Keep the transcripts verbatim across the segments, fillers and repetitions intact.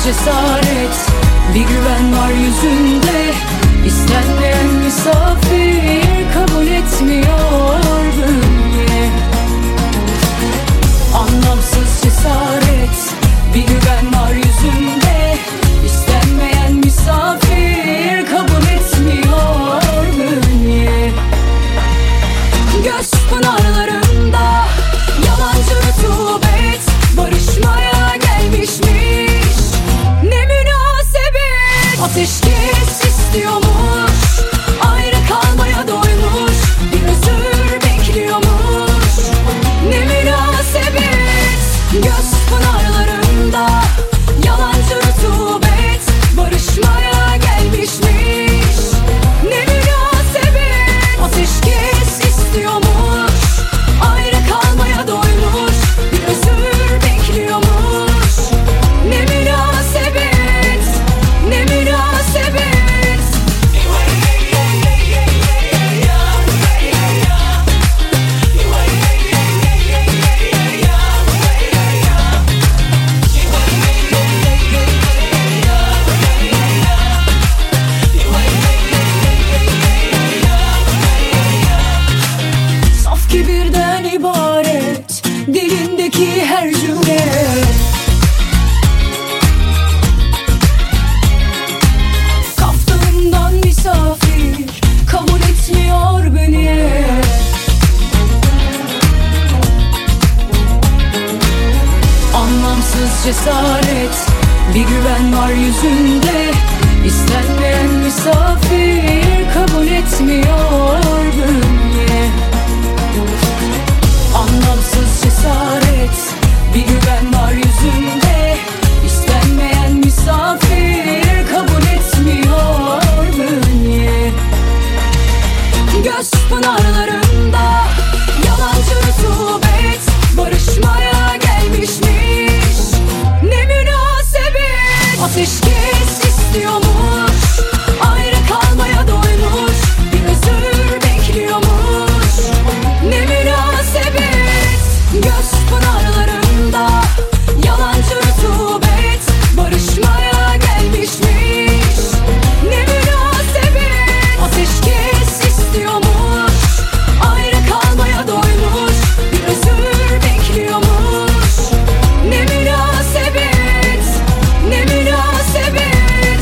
cesaret, bir güven var yüzünde. İstenmeyen misafir kabul etmiyor bünye. Anlamsız cesaret, bir güven var yüzünde. İstenmeyen misafir kabul etmiyor bünye. Göz pınarlarında yalancı rutubet barışmaya gelmişmiş. Ne münasebet, ateşkes istiyormuş, ayrı kalmaya doymuş, bir özür bekliyormuş. Ne münasebet, göz pınarlarında yalancı rutubet barışmaya gelmişmiş. Ne münasebet, ateşkes istiyormuş, ayrı kalmaya doymuş, bir özür bekliyormuş. Ne münasebet, ne münasebet. Saf kibirden ibaret dilindeki her cümle. Kaftanımdan misafir kabul etmiyor beni. Anlamsız cesaret, bir güven var yüzünde. İstenmeyen misafir kabul etmiyor bünye. Anlamsız cesaret, bir güven var yüzünde. İstenmeyen misafir kabul etmiyor bünye. Göz pınarlarında yalancı rutubet barışmaya gelmişmiş. Ne münasebet, ateşkes istiyormuş, ayrı kalmaya doymuş, bir özür bekliyormuş. Ne münasebet, göz pınarlarında yalancı rutubet barışmaya gelmişmiş. Ne münasebet, ateşkes istiyormuş, ayrı kalmaya doymuş, bir özür bekliyormuş. Ne münasebet, ne münasebet.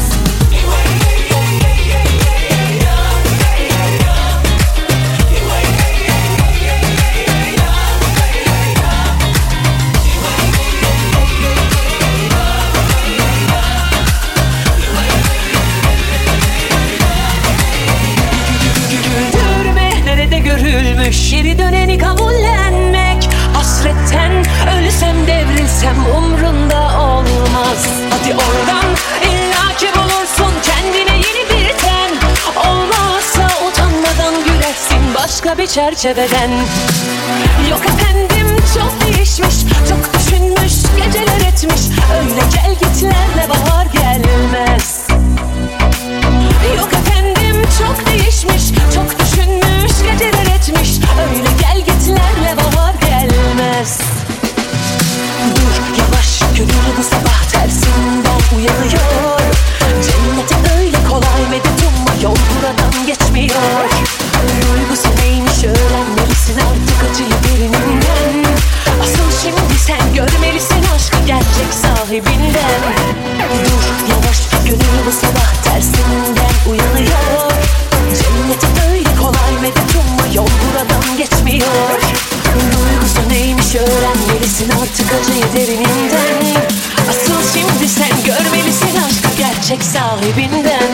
Güldürme nerede görülmüş, geri döneni kabullenmek. Hasretten ölsem devrilsem umrunda olmaz. Hadi oradan illaki bulursun kendine yeni bir ten. Olmazsa utanmadan gülersin başka bir çerçeveden. Yok efendim çok değişmiş, çok düşünmüş, geceler etmiş. Öyle gel gitlerle bahar gelmez. Yok efendim çok değişmiş, çok düşünmüş, geceler etmiş. Öyle gel gitlerle bahar gelmez. Dur yavaş, gönül bu sabah tersinden uyanıyor. Cennete öyle kolay medet umma, yol buradan geçmiyor. Duygusu neymiş öğrenmelisin artık acıyı derininden. Asıl şimdi sen görmelisin aşkı gerçek sahibinden. Dur yavaş, gönül bu sabah tersinden uyanıyor. Cennete öyle kolay medet umma, yol buradan geçmiyor. Duygusu neymiş öğrenmelisin artık acıyı derininden. Asıl şimdi sen görmelisin aşkı gerçek sahibinden.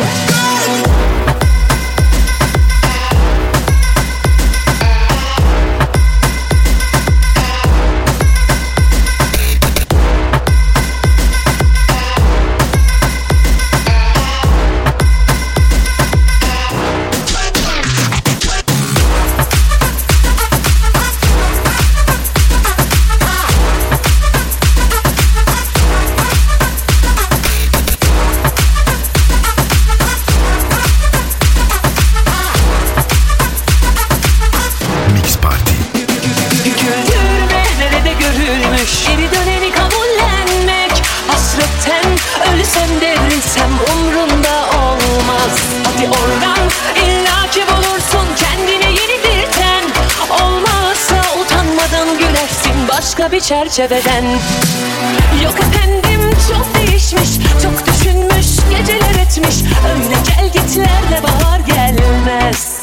ölsem devrilsem umrunda olmaz. Hadi oradan illaki bulursun kendine yeni bir ten. Olmazsa utanmadan gülersin başka bir çerçeveden. Yok efendim çok değişmiş, çok düşünmüş, geceler etmiş. Öyle gel gitlerle bahar gelmez.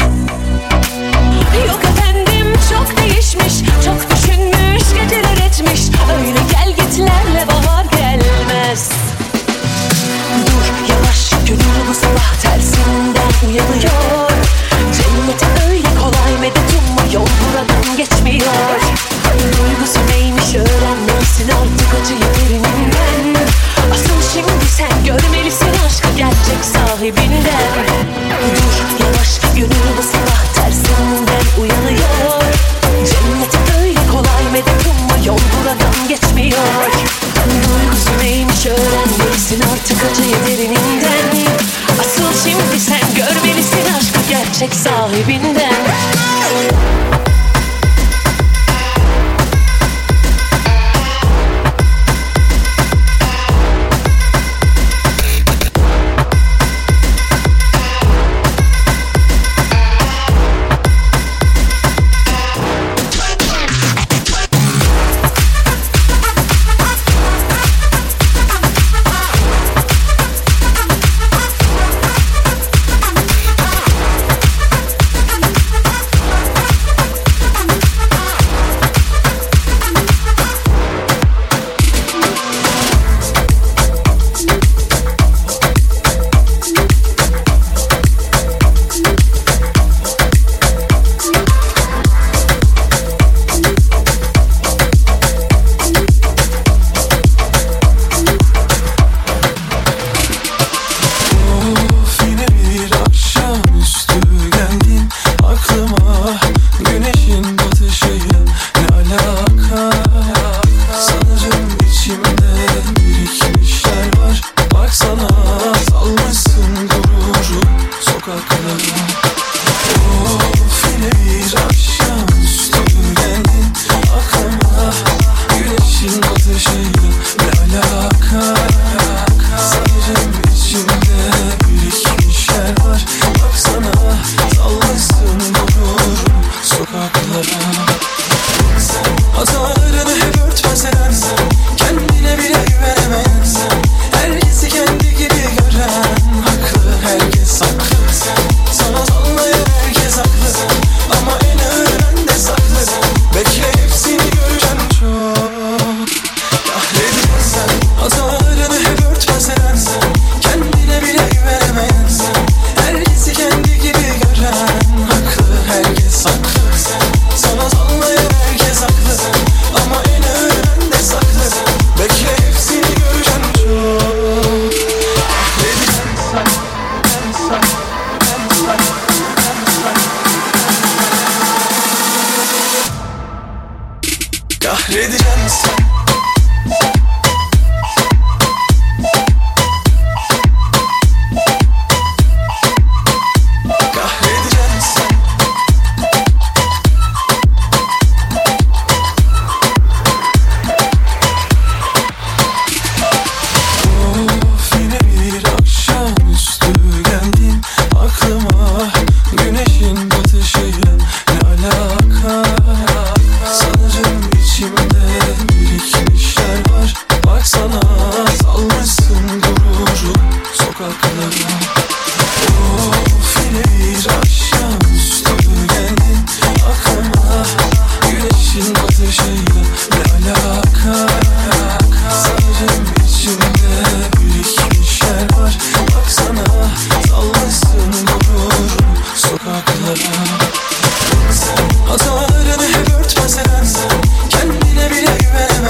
Yok efendim çok değişmiş, çok düşünmüş, geceler etmiş. Öyle gel gitlerle bahar gelmez. Dur yavaş, gönül bu sabah tersinden uyanıyor. Cennete öyle kolay medet ummuyor, buradan geçmiyor. Duygusu neymiş öğrenmelisin artık acıyı derininden. Asıl şimdi sen görmelisin aşkı gerçek sahibinden. Dur yavaş, gönül bu sabah tersinden uyanıyor. Cennete öyle kolay medet ummuyor, buradan geçmiyor. Duygusu neymiş öğrenmelisin artık acıyı derininden. Asıl şimdi sen görmelisin aşkı gerçek sahibinden.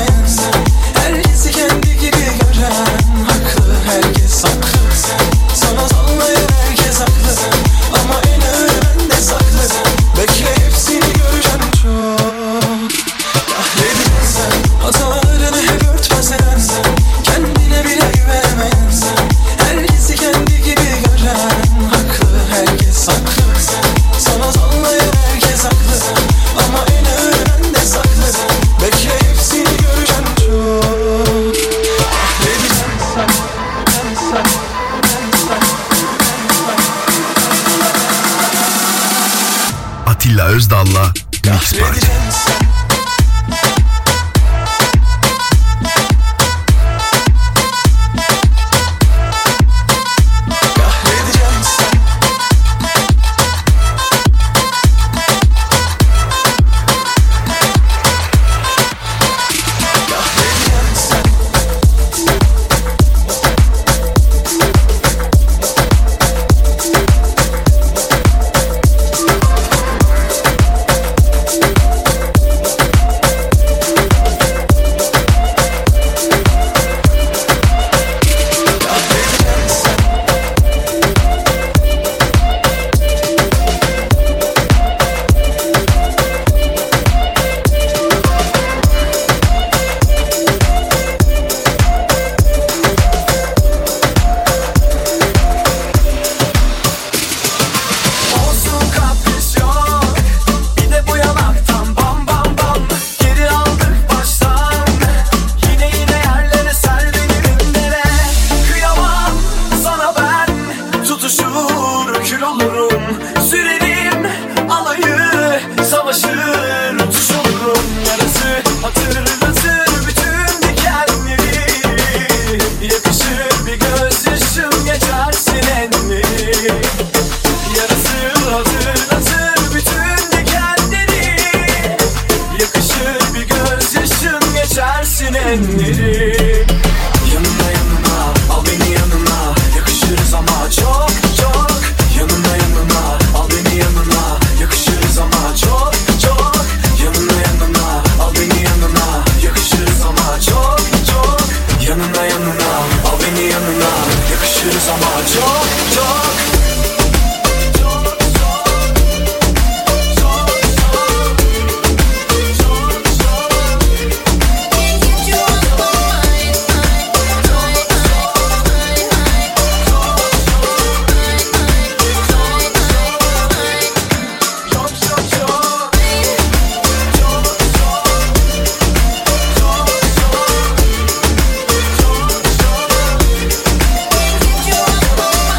Sana Gidiyoruz ama çok çok Get you out of my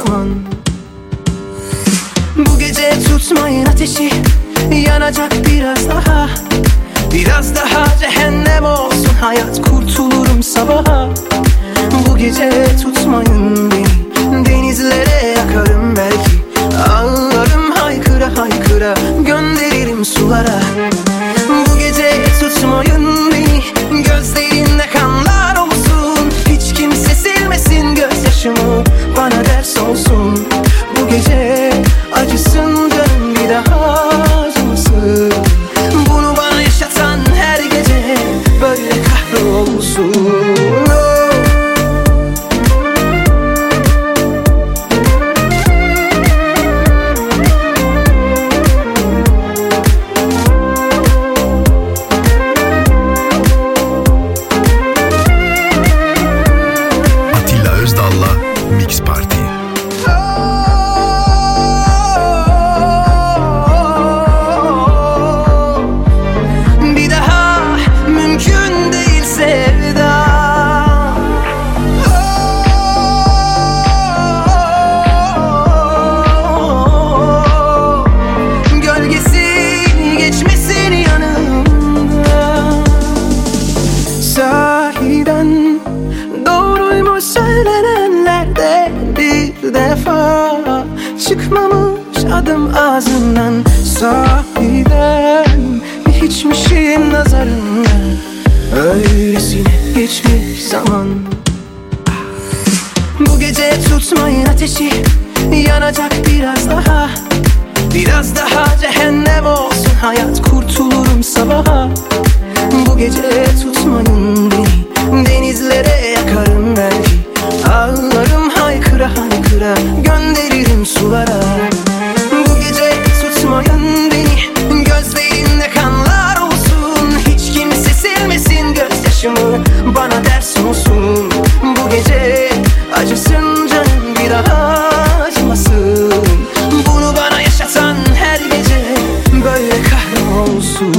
zaman. Bu gece tutmayın ateşi, yanacak biraz daha. Biraz daha cehennem olsun hayat, kurtulurum sabaha. Bu gece tutmayın beni, denizlere yakarım belki. Ağlarım haykıra haykıra, gönderirim sulara. Bu gece tutmayın beni, gözlerinde kanlar olsun. Hiç kimse silmesin gözyaşımı, bana ders olsun. Bu gece acısın canım, bir daha acımasın. Bunu bana yaşatan her gece böyle kahrolsun. Çıkmamış adım ağzından, sahiden hiçmişim nazarından. Öylesine geçmiş zaman. Bu gece tutmayın ateşi, yanacak biraz daha. Biraz daha cehennem olsun hayat, kurtulurum sabaha. Bu gece tutmayın beni, denizlere yakarım belki. Ağlarım haykıra haykıra, gönderirim sulara. Bu gece tutmayın beni, gözlerinde kanlar olsun. Hiç kimse silmesin gözyaşımı, bana ders olsun. Bu gece acısın canım, bir daha acımasın. Bunu bana yaşatan her gece böyle kahrolsun.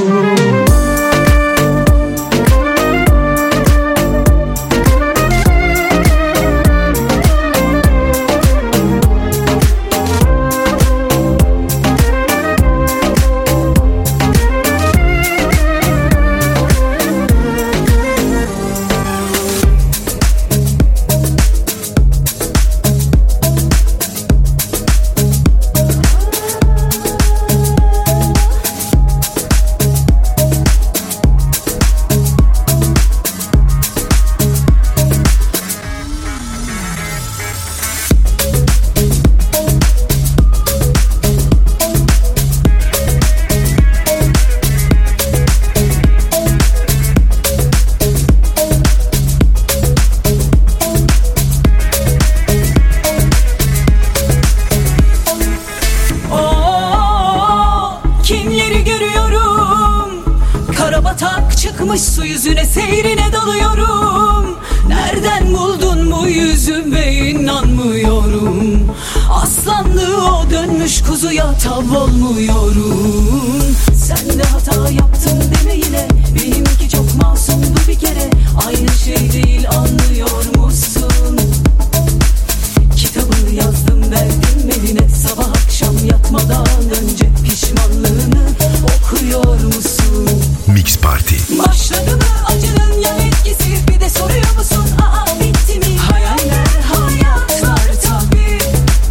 Çıkmış su yüzüne, seyrine dalıyorum. Nereden buldun bu yüzüme inanmıyorum. Aslanlığı o dönmüş kuzuya tav olmuyorum. Sen de hata yaptın deme yine, benimki çok masumdu bir kere. Aynı şey değil, anlıyor musun? Kitabını yazdım verdim eline, sabah akşam yatmadan önce pişmanlığını okuyor musun? Mix Party. Başladı mı acının yan etkisi, bir de soruyor musun aa bitti mi? Hayaller hayatlar tabii.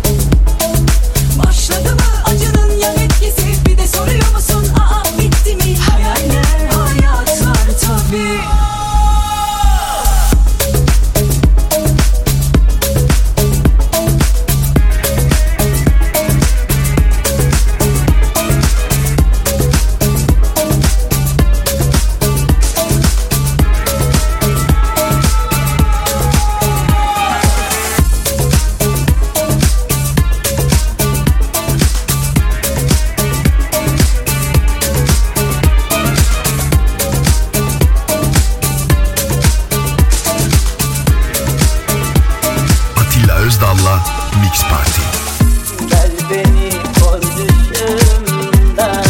Başladı mı acının yan etkisi, bir de soruyor musun aa bitti mi? Hayaller hayatlar tabii. Mix Party. Gel beni kor düşümden,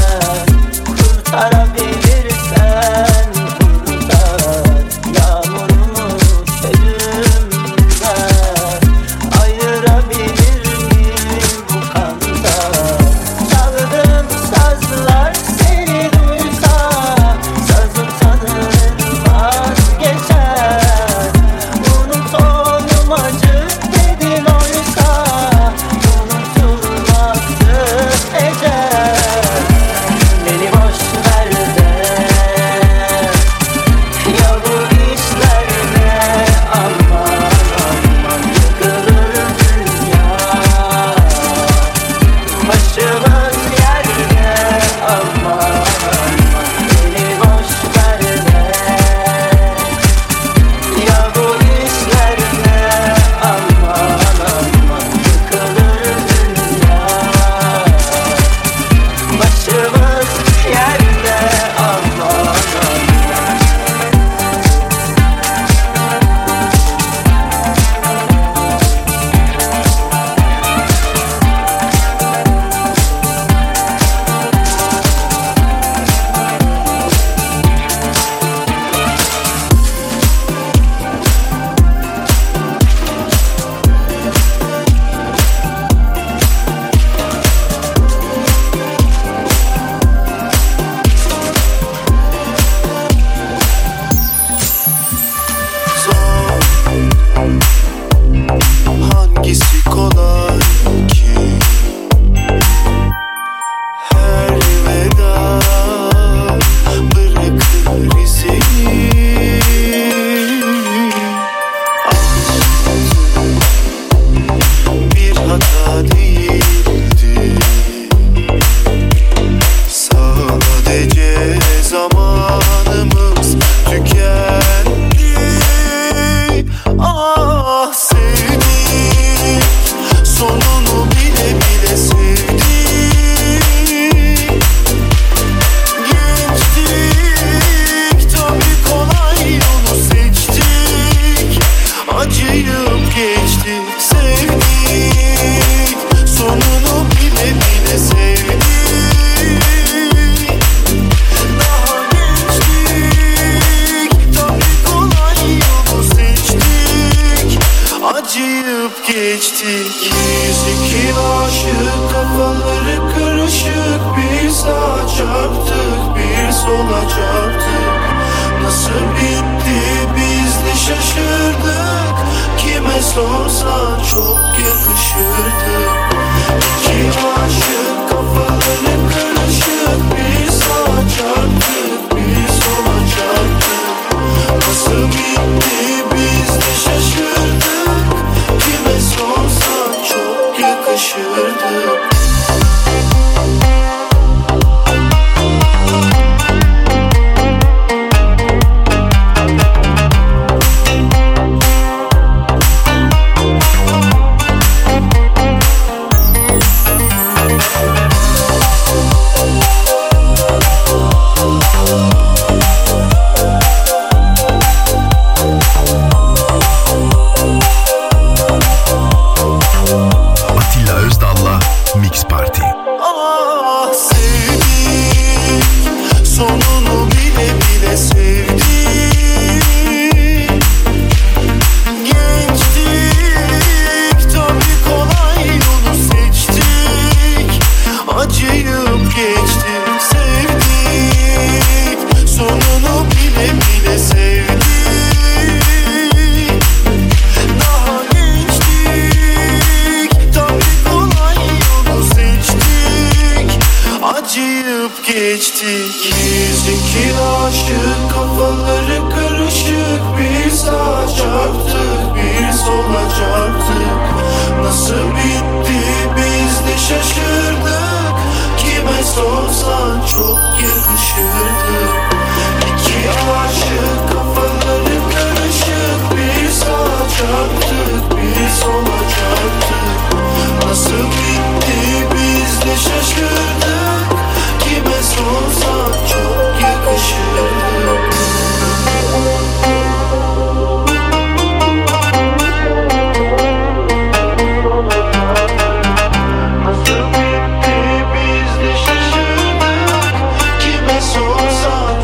kurtarabilirsen kurtar. Yağmurumu sözümden ayırabilir sonunu bile bile sevdik. Gençtik, tabii kolay yolu seçtik. Acıyıp geçtik, sevdik, sonunu bile bile sevdik. Daha gençtik, tabii kolay yolu seçtik. Acıyıp geçtik. Biz iki aşık, kafaları karışık. Bir sağa çarptık, bir sola çarptık. Nasıl bitti biz de şaşırdık. Kime sorsan çok yakışırdık. İki aşık, kafaları karışık. Bir sağa çarptık, bir sola çarptık. Nasıl bitti biz de şaşırdık. Kime sorsan çok yakışırdık. Atilla Özdal'la Mix Party. Ah sevdik, sonunu bile bile sevdik. Gençtik, tabii kolay yolu seçtik. Acıyıp geçtik, sevdik, sonunu bile bile sevdik. Daha gençtik, tabii kolay yolu seçtik. Acıyıp geçtik. Biz iki aşık, kafaları karışık. Bir sağa çarptık, bir sola çarptık. Nasıl bitti biz de şaşırdık. Kime sorsan çok yakışırdık. İki aşık, kafaları karışık. Bir sağa çarptık, bir sola çarptık. Nasıl bitti biz de şaşırdık. Kime sorsan çok yakışırdık. Nasıl bitti biz de şaşırdık. Kime sorsan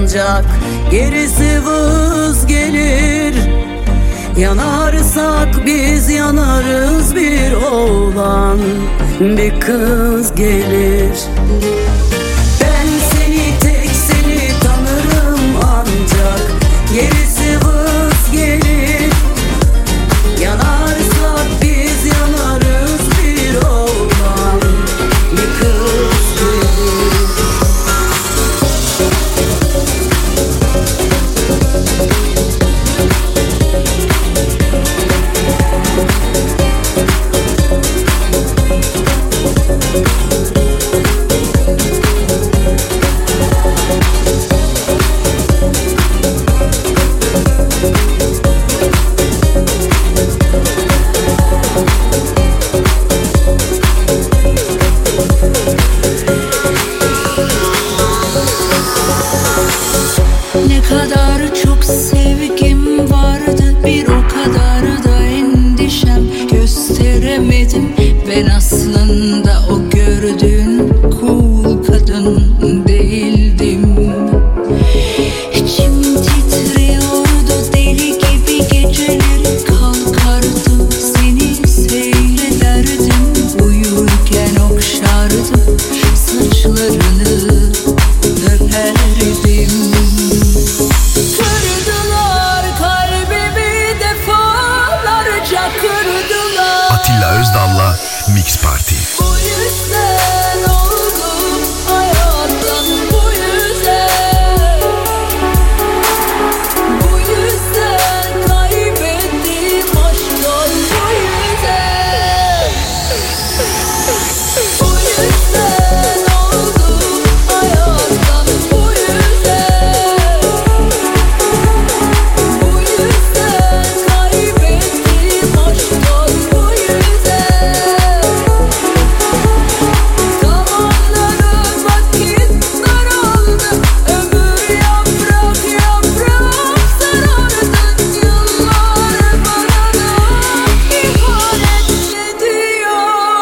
ancak gerisi vız gelir. Yanarsak biz yanarız, bir oğlan bir kız gelir. Ben seni tek seni tanırım ancak gerisi vız gelir. Yanarsak biz yanarız, bir oğlan bir kız gelir. Ne kadar çok sevgim vardı, bir o kadar da endişem. Gösteremedim, ben aslında o gördüğün cool kadın değildim. İçim titriyordu deli gibi, geceleri kalkardım, seni seyrederdim. Uyurken okşardım, saçlarını öperdim. Kırdılar kalbimi, defalarca kırdılar. Atilla Özdal'la Mix Party. Bu yüzden oldum hayattan, bu yüzden. Bu yüzden kaybettim aşktan, bu yüzden. Bu yüzden oldum hayattan, bu yüzden. Bu yüzden kaybettim aşktan, bu yüzden. Zamanları vakit daraldı, ömür yaprak yaprak sarardın. Yıllar bana da ihanet ediyor.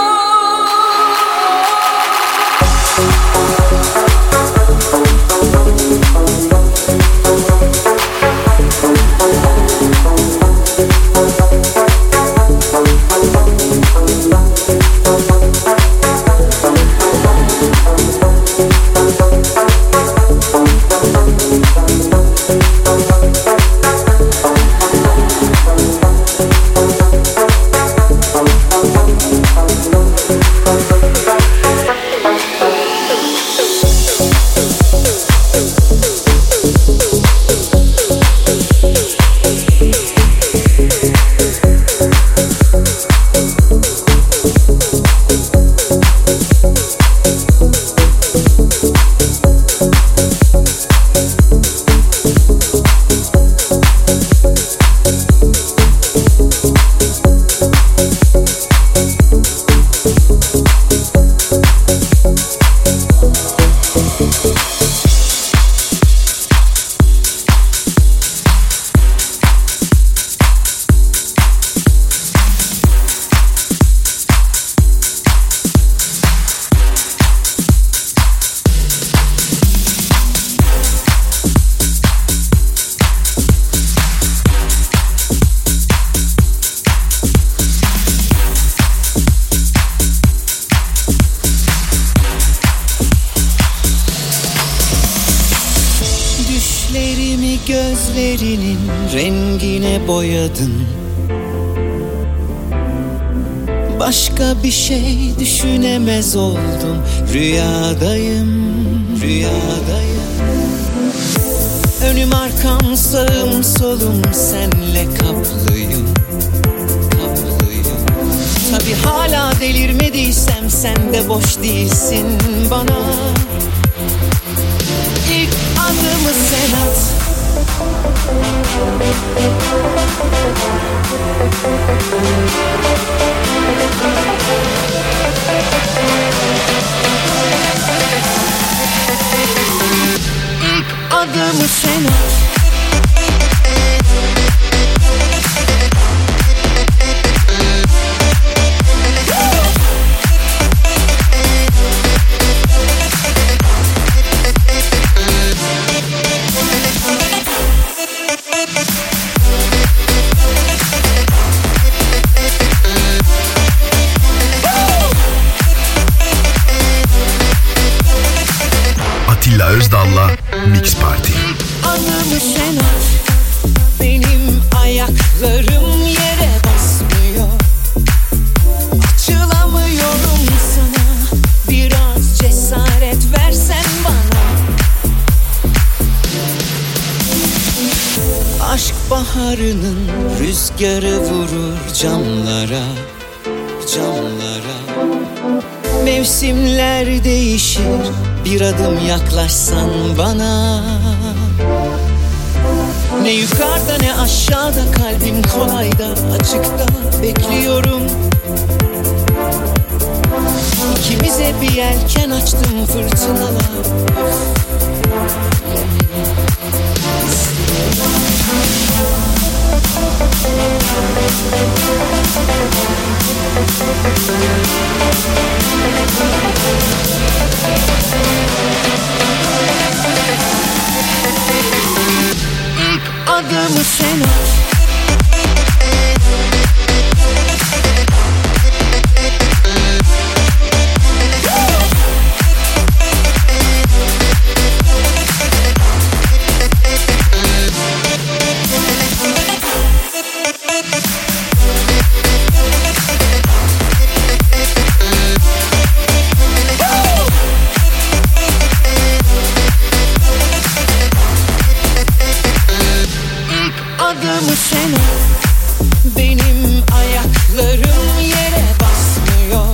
Düşlerimi gözlerinin rengine boyadın. Başka bir şey düşünemez oldum. Rüyadayım, rüyadayım. Önüm arkam sağım solum senle kaplıyım, kaplıyım. Tabii hala delirmediysem sen de boş değilsin bana. İlk adımı sen at. İlk adımı sen at. Mix Party. Adımı sen at, benim ayaklarım yere basmıyor. Açılamıyorum sana, biraz cesaret versen bana. Aşk baharının rüzgarı vurur camlara, camlara. Mevsimler değişir, bir adım yaklaşsan bana. Ne yukarıda ne aşağıda, kalbim kolayda, açıkta bekliyorum. İkimize bir yelken açtım fırtınalar. İlk adımı sen at. Adımı sen at, benim ayaklarım yere basmıyor.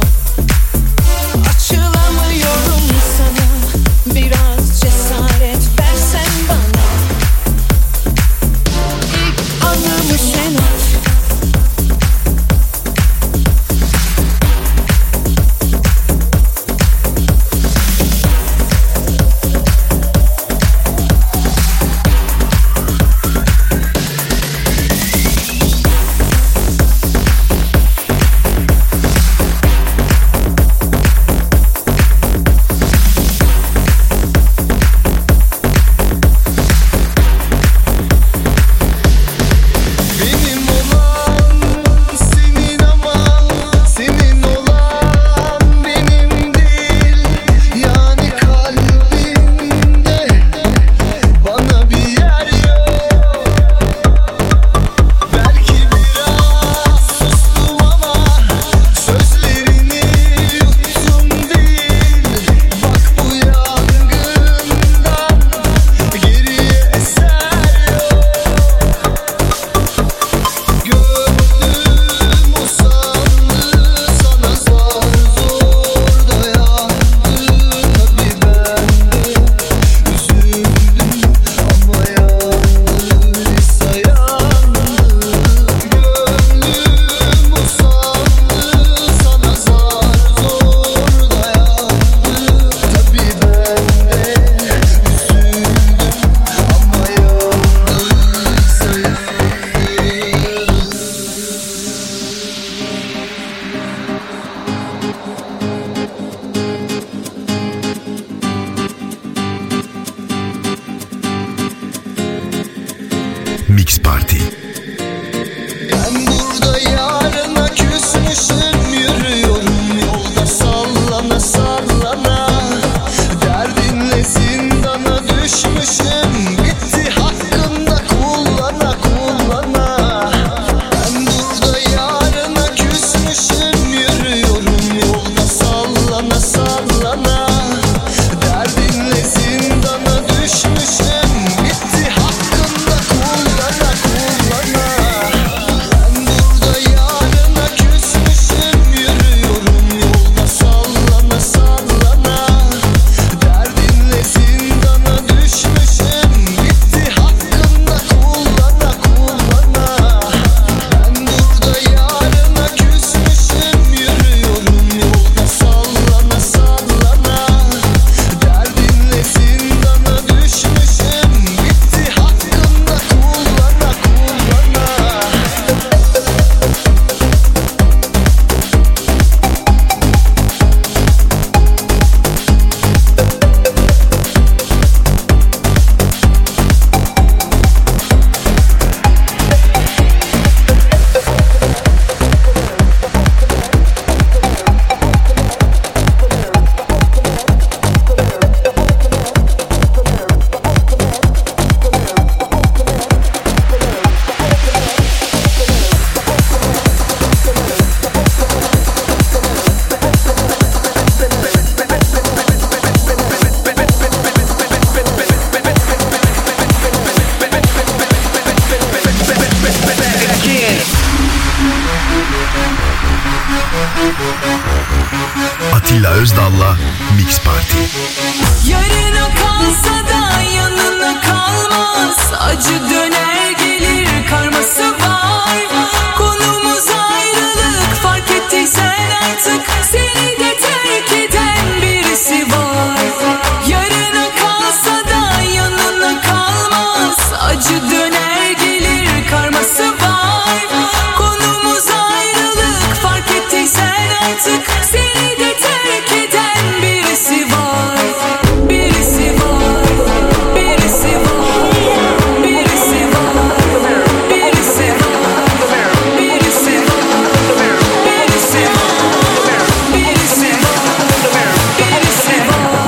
Açılamıyorum sana, biraz cesaret versen bana. İlk adımı sen at. Mix Party. Ben burada yarına küsmüşüm, yürüyorum yolda sallana sallana. Derdinle zindana düşmüşüm, bitti hakkımda kullana kullana. Ben burada yarına küsmüşüm, yürüyorum yolda sallana sallana. Derdinle zindana düşmüşüm, bitti hakkımda kullana kullana. Atilla Özdal'la Mix Party. Yarına kalsa da yanına kalmaz. Acı döner gelir karması var. Konumuz ayrılık, fark ettiysen artık seni de terk eden birisi var. Yarına kalsa da yanına kalmaz. Acı döner gelir karması var. Konumuz ayrılık, fark ettiysen artık seni de terk eden birisi var. Birisi var. Birisi var. Birisi var. Birisi var. Birisi var. Birisi var. Birisi var.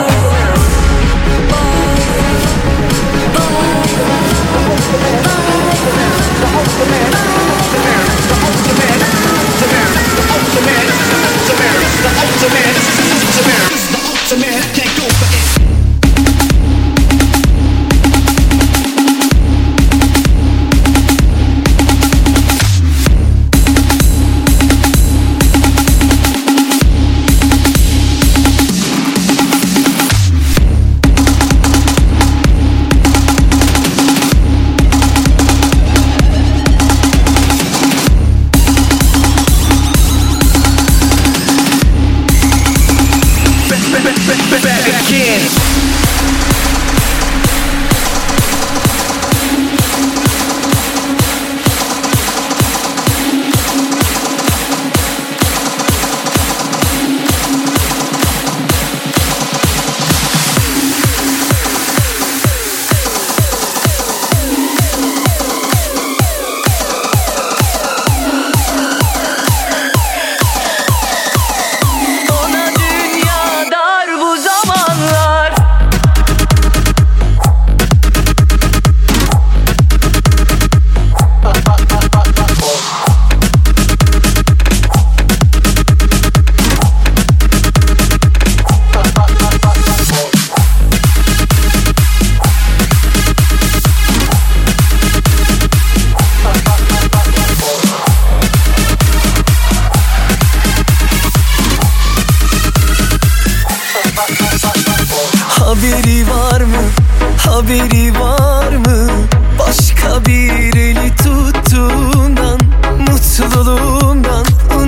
Haberi var mı? Haberi var mı? Başka bir eli tuttuğundan, mutluluğundan,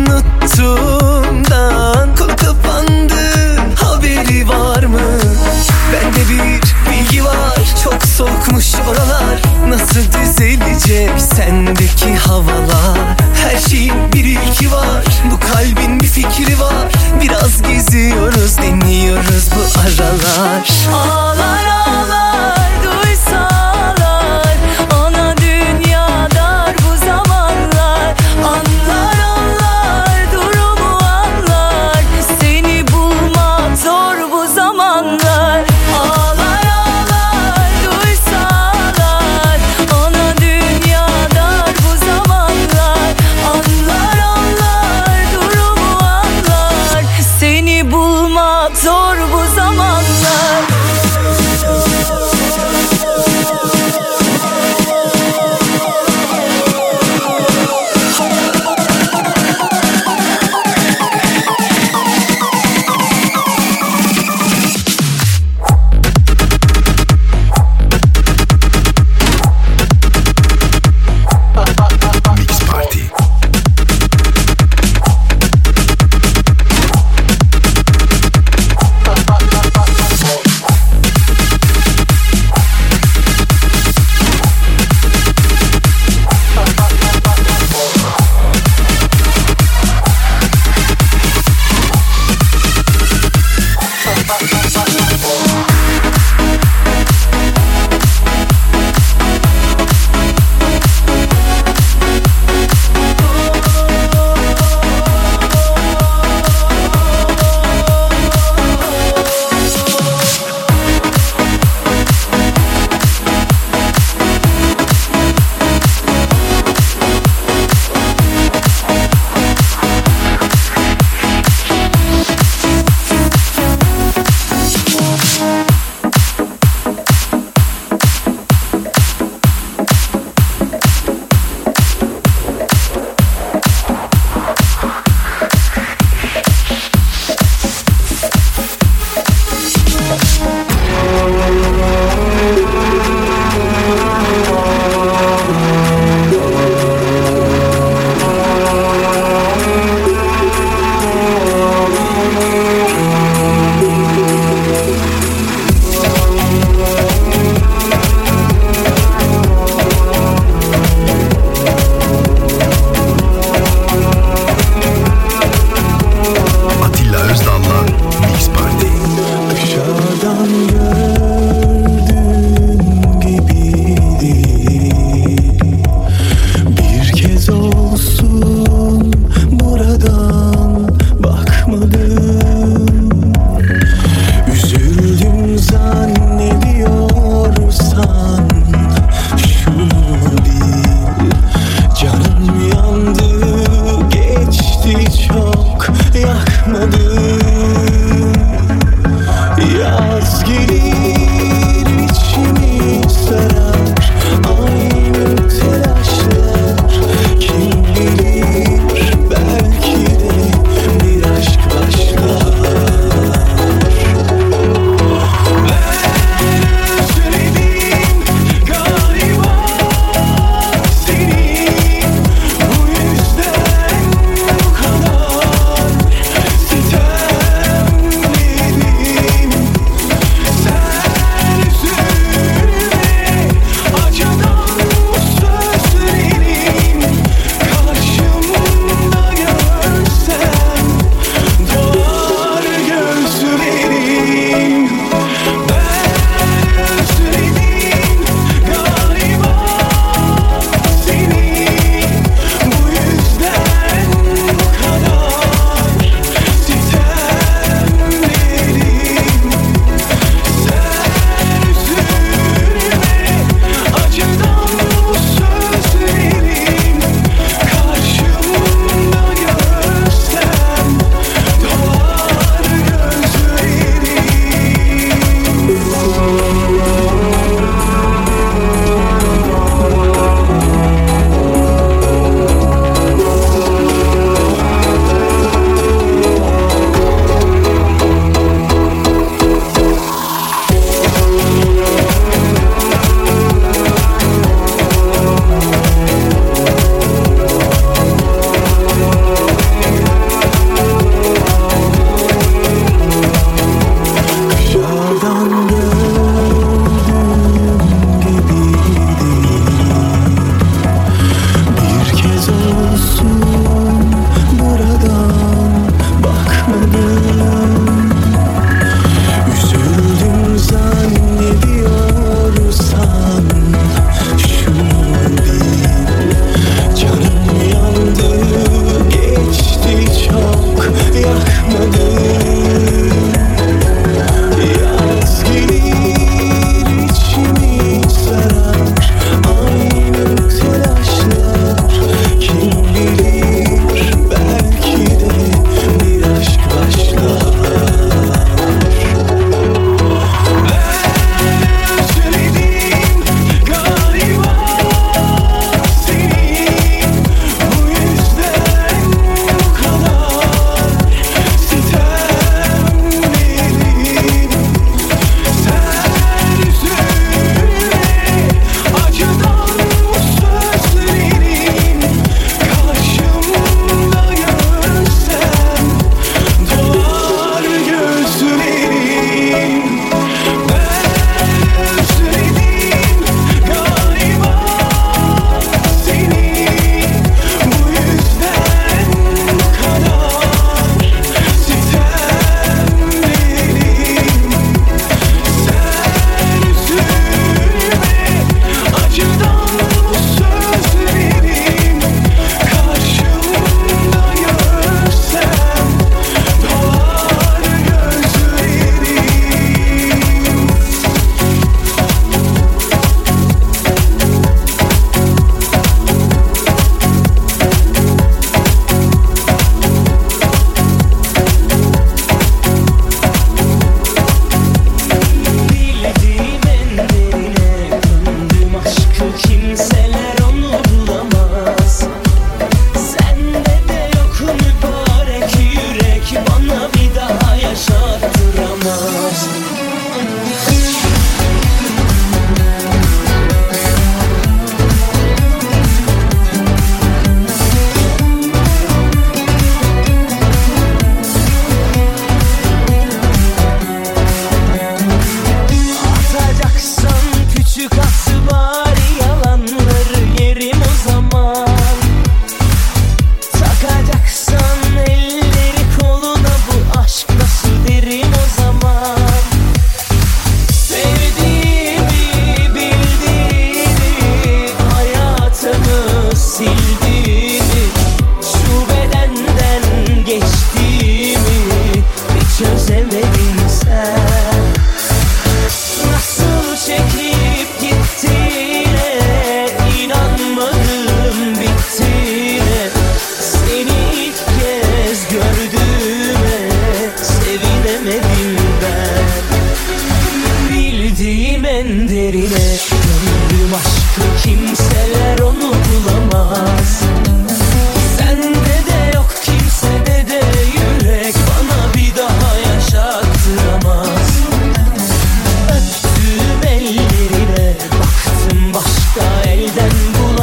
unuttuğundan. Konu kapandı, haberi var mı? Bende bir bilgi var, çok soğukmuş oralar. Nasıl düzelecek sendeki havalar? Her şeyin bir ilki var, bu kalbin bir fikri var. Biraz geziyoruz, deniyoruz bu aralar. Ağlar ağlar duysalar, ana dünya dar bu zamanlar. Anlar anlar durumu anlar, seni bulmak zor bu zamanlar. Ağlar ağlar duysalar, ana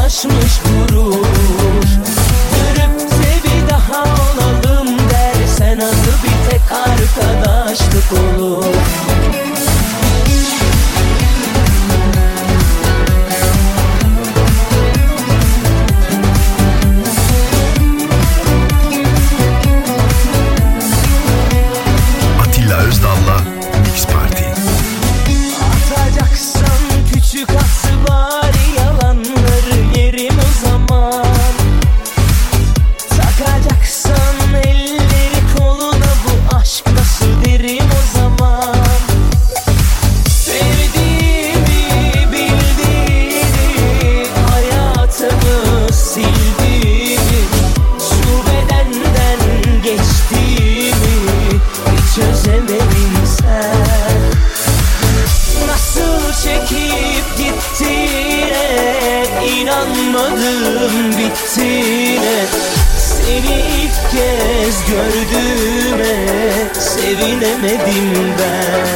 bulaşmış gurur. Dönüp de bir daha olalım dersen adı bir tek arkadaşlık olur. Atilla Özdal'la Mix Party. Atacaksan küçük at bari yalanları yerim o zaman. Takacaksan elleri koluna bu aşk nasıl derim o zaman. Sevdiğimi bildiğini hayatımı sildiğini şu bedenden geçtiğimi hiç çözemedim sen. Nasıl çekip gittiğine inanmadım bittiğine. Seni ilk kez gördüğüme sevinemedim ben.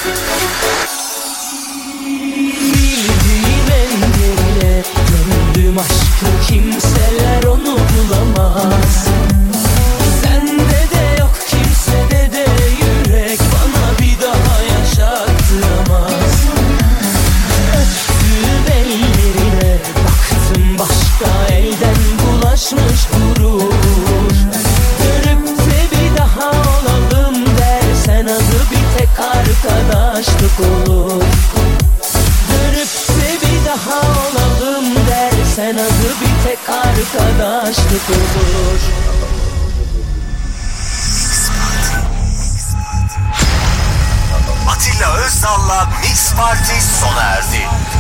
Bildiğim engeline döndüm aşkı kimseler onu bulamaz. Sende de yok kimsede de yürek bana bir daha yaşattıramaz. Öptüğüm ellerine baktım başka elden bulaşmış gurur. Dönüp de bir daha olalım dersen adı bir tek arkadaşlık olur. Dönüp de bir daha olalım dersen adı bir tek arkadaşlık olur. Atilla Özdal'la Mix Party sona erdi.